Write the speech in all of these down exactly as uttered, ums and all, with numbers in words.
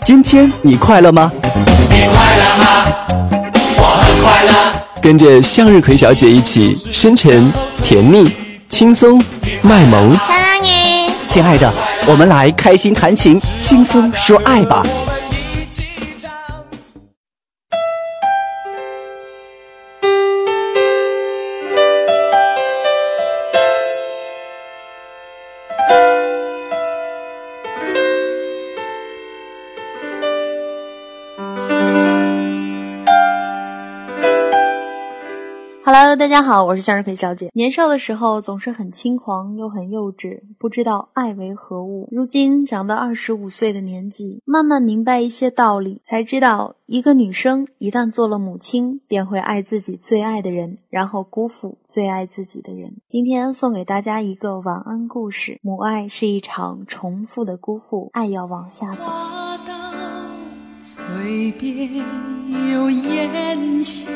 今天你快乐吗？ 你快乐吗？我很快乐。 跟着向日葵小姐一起深沉、甜蜜、轻松、卖萌。 亲爱的，我们来开心弹琴，轻松说爱吧。 Hello， 大家好，我是向日葵小姐。年少的时候总是很轻狂又很幼稚，不知道爱为何物。如今长到二十五岁的年纪，慢慢明白一些道理，才知道一个女生一旦做了母亲，便会爱自己最爱的人，然后辜负最爱自己的人。今天送给大家一个晚安故事，母爱是一场重复的辜负，爱要往下走。 话到嘴边有咽下，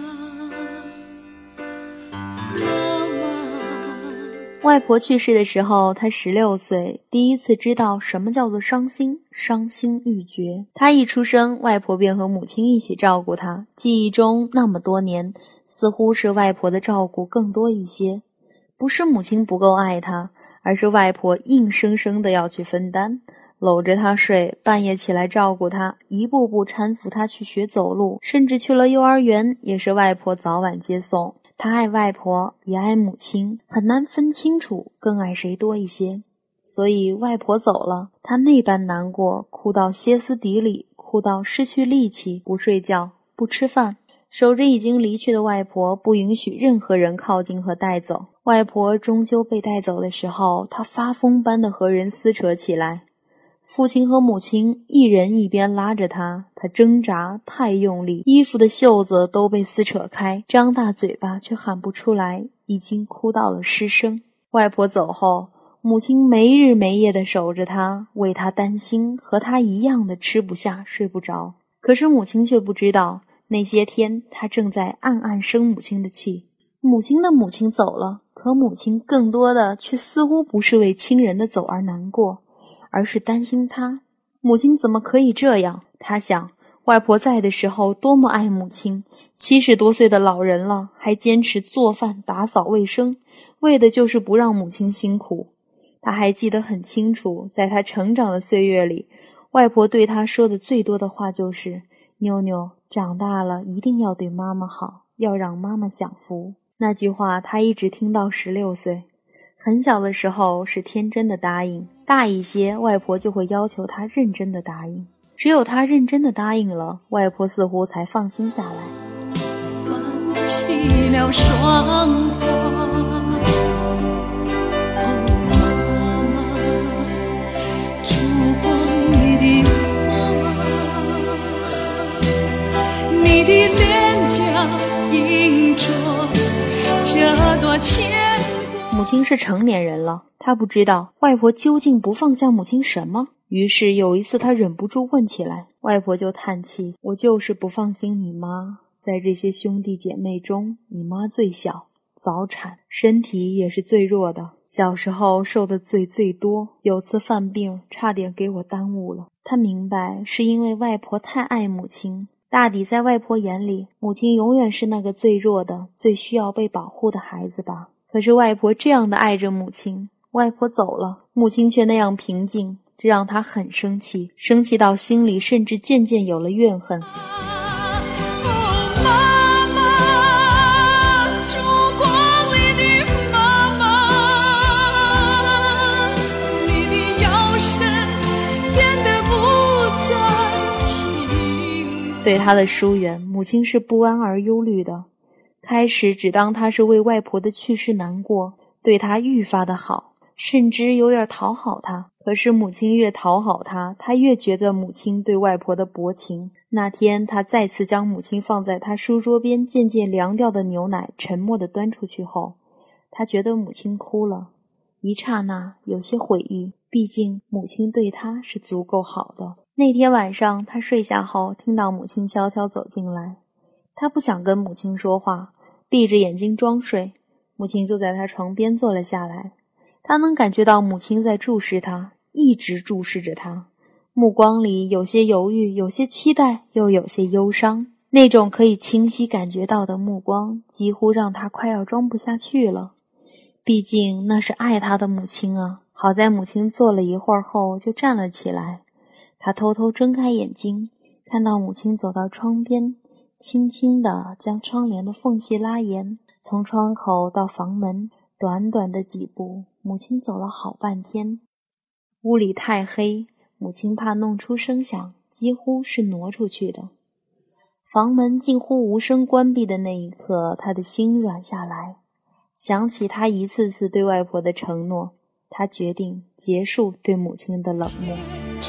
外婆去世的时候，她十六岁，第一次知道什么叫做伤心，伤心欲绝。她一出生，外婆便和母亲一起照顾她。记忆中那么多年，似乎是外婆的照顾更多一些。不是母亲不够爱她，而是外婆硬生生的要去分担，搂着她睡，半夜起来照顾她，一步步搀扶她去学走路，甚至去了幼儿园，也是外婆早晚接送。他爱外婆也爱母亲，很难分清楚更爱谁多一些。所以外婆走了，他那般难过，哭到歇斯底里，哭到失去力气，不睡觉，不吃饭，守着已经离去的外婆，不允许任何人靠近和带走。外婆终究被带走的时候，他发疯般的和人撕扯起来。父亲和母亲一人一边拉着他，他挣扎太用力，衣服的袖子都被撕扯开，张大嘴巴却喊不出来，已经哭到了失声。外婆走后，母亲没日没夜地守着他，为他担心，和他一样的吃不下睡不着。可是母亲却不知道，那些天他正在暗暗生母亲的气。母亲的母亲走了，可母亲更多的却似乎不是为亲人的走而难过，而是担心他。母亲怎么可以这样？他想，外婆在的时候多么爱母亲，七十多岁的老人了，还坚持做饭打扫卫生，为的就是不让母亲辛苦。他还记得很清楚，在他成长的岁月里，外婆对他说的最多的话就是妞妞，长大了一定要对妈妈好，要让妈妈享福。那句话他一直听到十六岁。很小的时候是天真的答应，大一些外婆就会要求他认真的答应，只有他认真的答应了，外婆似乎才放心下来。 泛起了霜花，哦妈妈，烛光里的妈妈，你的脸颊映着这朵牵。 母亲是成年人了，她不知道外婆究竟不放下母亲什么。于是有一次她忍不住问起来，外婆就叹气，我就是不放心你妈，在这些兄弟姐妹中，你妈最小，早产，身体也是最弱的，小时候受的罪最多，有次犯病差点给我耽误了。她明白是因为外婆太爱母亲，大抵在外婆眼里，母亲永远是那个最弱的，最需要被保护的孩子吧。可是外婆这样的爱着母亲，外婆走了，母亲却那样平静，这让她很生气，生气到心里甚至渐渐有了怨恨。对她的疏远，母亲是不安而忧虑的。开始只当他是为外婆的去世难过，对他愈发的好，甚至有点讨好他。可是母亲越讨好他，他越觉得母亲对外婆的薄情。那天他再次将母亲放在他书桌边渐渐凉掉的牛奶沉默地端出去后，他觉得母亲哭了，一刹那有些悔意，毕竟母亲对他是足够好的。那天晚上他睡下后，听到母亲悄悄走进来，他不想跟母亲说话，闭着眼睛装睡。母亲坐在他床边坐了下来，他能感觉到母亲在注视他，一直注视着他。 目光里有些犹豫，有些期待，又有些忧伤。那种可以清晰感觉到的目光，几乎让他快要装不下去了。毕竟那是爱他的母亲啊。好在母亲坐了一会儿后就站了起来，他偷偷睁开眼睛，看到母亲走到窗边，轻轻地将窗帘的缝隙拉严，从窗口到房门，短短的几步，母亲走了好半天。屋里太黑，母亲怕弄出声响，几乎是挪出去的。房门近乎无声关闭的那一刻，他的心软下来，想起他一次次对外婆的承诺，他决定结束对母亲的冷漠。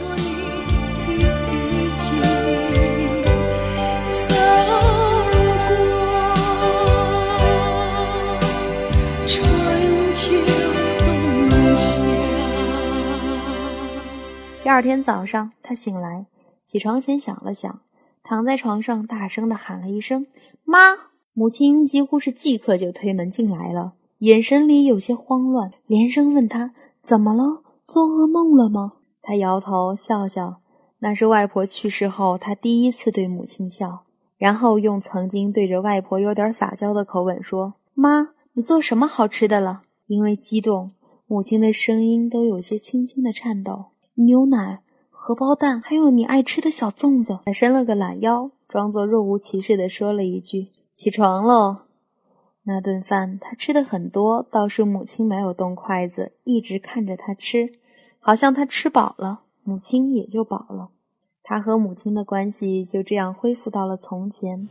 第二天早上，他醒来，起床前想了想，躺在床上大声地喊了一声妈。母亲几乎是即刻就推门进来了，眼神里有些慌乱，连声问他怎么了，做噩梦了吗？他摇头笑笑，那是外婆去世后他第一次对母亲笑，然后用曾经对着外婆有点撒娇的口吻说，妈，你做什么好吃的了？因为激动，母亲的声音都有些轻轻的颤抖。牛奶、荷包蛋，还有你爱吃的小粽子。他伸了个懒腰，装作若无其事地说了一句，起床喽。那顿饭他吃的很多，倒是母亲没有动筷子，一直看着他吃，好像他吃饱了，母亲也就饱了。他和母亲的关系就这样恢复到了从前。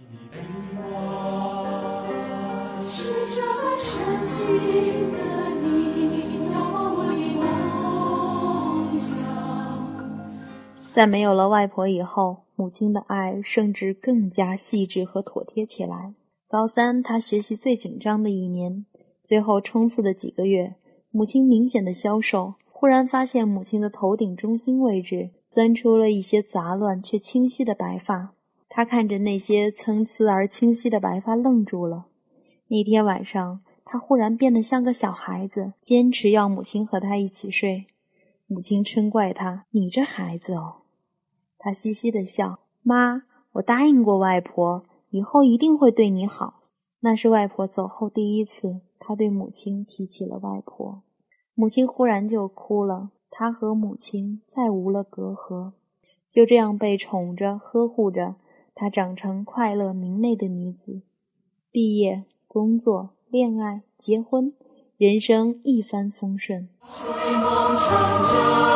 是这么深情的你，让我的梦想。在没有了外婆以后，母亲的爱甚至更加细致和妥帖起来。高三，他学习最紧张的一年，最后冲刺的几个月，母亲明显的消瘦，忽然发现母亲的头顶中心位置钻出了一些杂乱却清晰的白发。他看着那些参差而清晰的白发愣住了。那天晚上，他忽然变得像个小孩子，坚持要母亲和他一起睡。母亲嗔怪他，你这孩子哦。他嘻嘻地笑，妈，我答应过外婆，以后一定会对你好。那是外婆走后第一次，他对母亲提起了外婆。母亲忽然就哭了，他和母亲再无了隔阂，就这样被宠着呵护着，她长成快乐明媚的女子。毕业、工作、恋爱、结婚，人生一帆风顺。睡梦成真，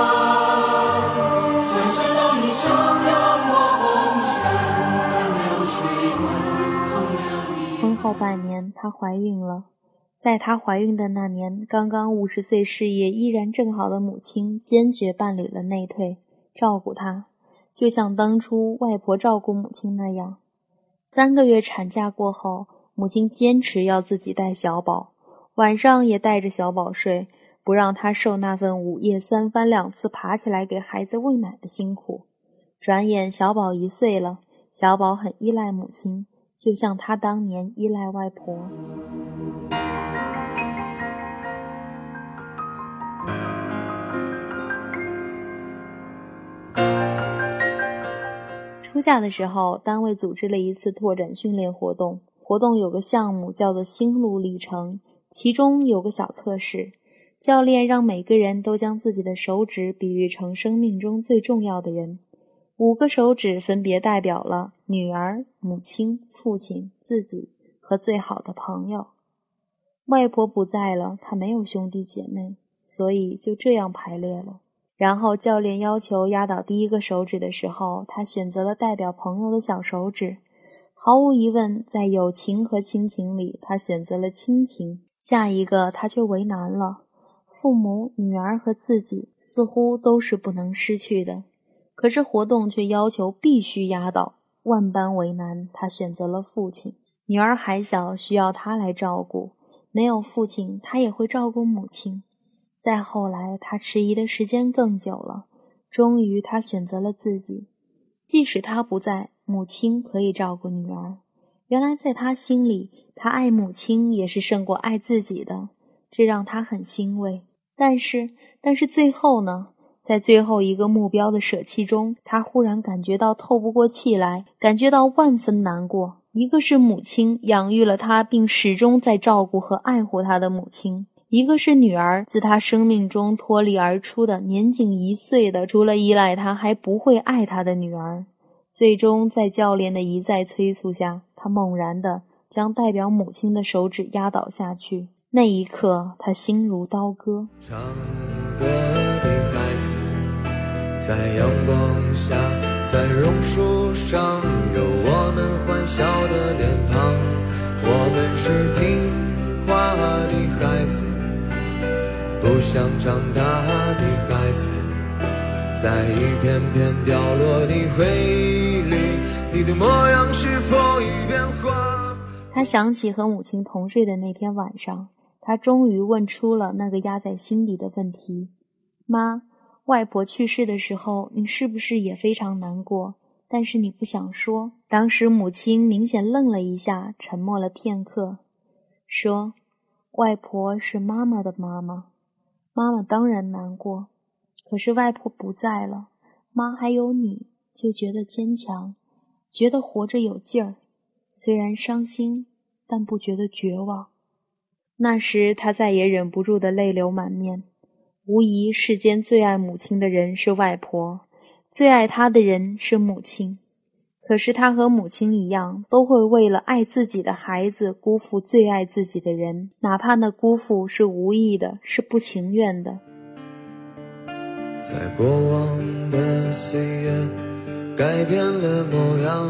全身都已成了我红尘，在流水门空留一。婚后半年，她怀孕了。在她怀孕的那年，刚刚五十岁事业依然正好的母亲坚决办理了内退，照顾她，就像当初外婆照顾母亲那样。三个月产假过后，母亲坚持要自己带小宝，晚上也带着小宝睡，不让他受那份午夜三番两次爬起来给孩子喂奶的辛苦。转眼小宝一岁了，小宝很依赖母亲，就像他当年依赖外婆。初夏的时候，单位组织了一次拓展训练活动，活动有个项目叫做心路历程，其中有个小测试，教练让每个人都将自己的手指比喻成生命中最重要的人，五个手指分别代表了女儿、母亲、父亲、自己和最好的朋友。外婆不在了，她没有兄弟姐妹，所以就这样排列了。然后教练要求压倒第一个手指的时候，他选择了代表朋友的小手指。毫无疑问，在友情和亲情里，他选择了亲情。下一个他却为难了，父母、女儿和自己似乎都是不能失去的，可是活动却要求必须压倒，万般为难，他选择了父亲。女儿还小，需要他来照顾，没有父亲，他也会照顾母亲。再后来，他迟疑的时间更久了，终于他选择了自己。即使他不在，母亲可以照顾女儿。原来在他心里，他爱母亲也是胜过爱自己的，这让他很欣慰。但是，但是最后呢？ 在最后一个目标的舍弃中，他忽然感觉到透不过气来，感觉到万分难过。一个是母亲养育了他并始终在照顾和爱护他的母亲，一个是女儿自他生命中脱离而出的年仅一岁的除了依赖他还不会爱他的女儿。最终在教练的一再催促下，他猛然地将代表母亲的手指压倒下去。那一刻他心如刀割。 唱歌的孩子在阳光下，在榕树上有我们欢笑的脸庞，我们是听话的孩子，不想长大的孩子，在一片片掉落的回忆里，你的模样是否已变化。 他想起和母亲同睡的那天晚上，他终于问出了那个压在心底的问题：妈，外婆去世的时候，你是不是也非常难过？但是你不想说。当时母亲明显愣了一下，沉默了片刻，说：外婆是妈妈的妈妈，妈妈当然难过，可是外婆不在了，妈还有你，就觉得坚强，觉得活着有劲儿，虽然伤心，但不觉得绝望。那时他再也忍不住的泪流满面。无疑世间最爱母亲的人是外婆，最爱她的人是母亲。可是他和母亲一样，都会为了爱自己的孩子辜负最爱自己的人，哪怕那辜负是无意的，是不情愿的。 在过往的岁月改变了模样，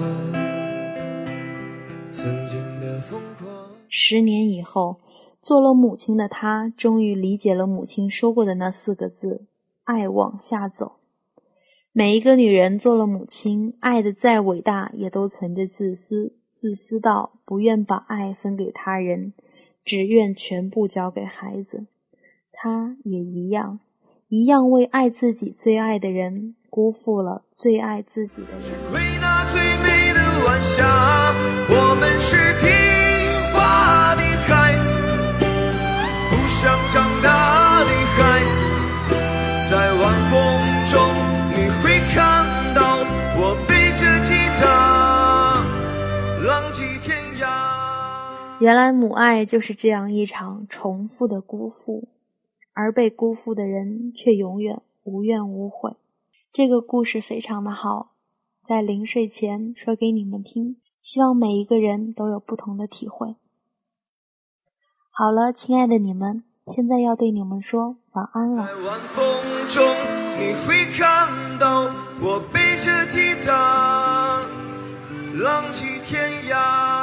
曾经的疯狂。 十年以后，做了母亲的她终于理解了母亲说过的那四个字：爱往下走。每一个女人做了母亲，爱得再伟大也都存着自私，自私到不愿把爱分给他人，只愿全部交给孩子。她也一样，一样为爱自己最爱的人，辜负了最爱自己的人。 为那最美的晚霞，我们是听话的孩子，不想长大的孩子，在晚风中你会看到我背着吉他浪迹天涯。 原来母爱就是这样一场重复的辜负，而被辜负的人却永远无怨无悔。这个故事非常的好，在临睡前说给你们听，希望每一个人都有不同的体会。好了，亲爱的你们，现在要对你们说晚安了。 在晚风中你会看到我背着吉他浪迹天涯。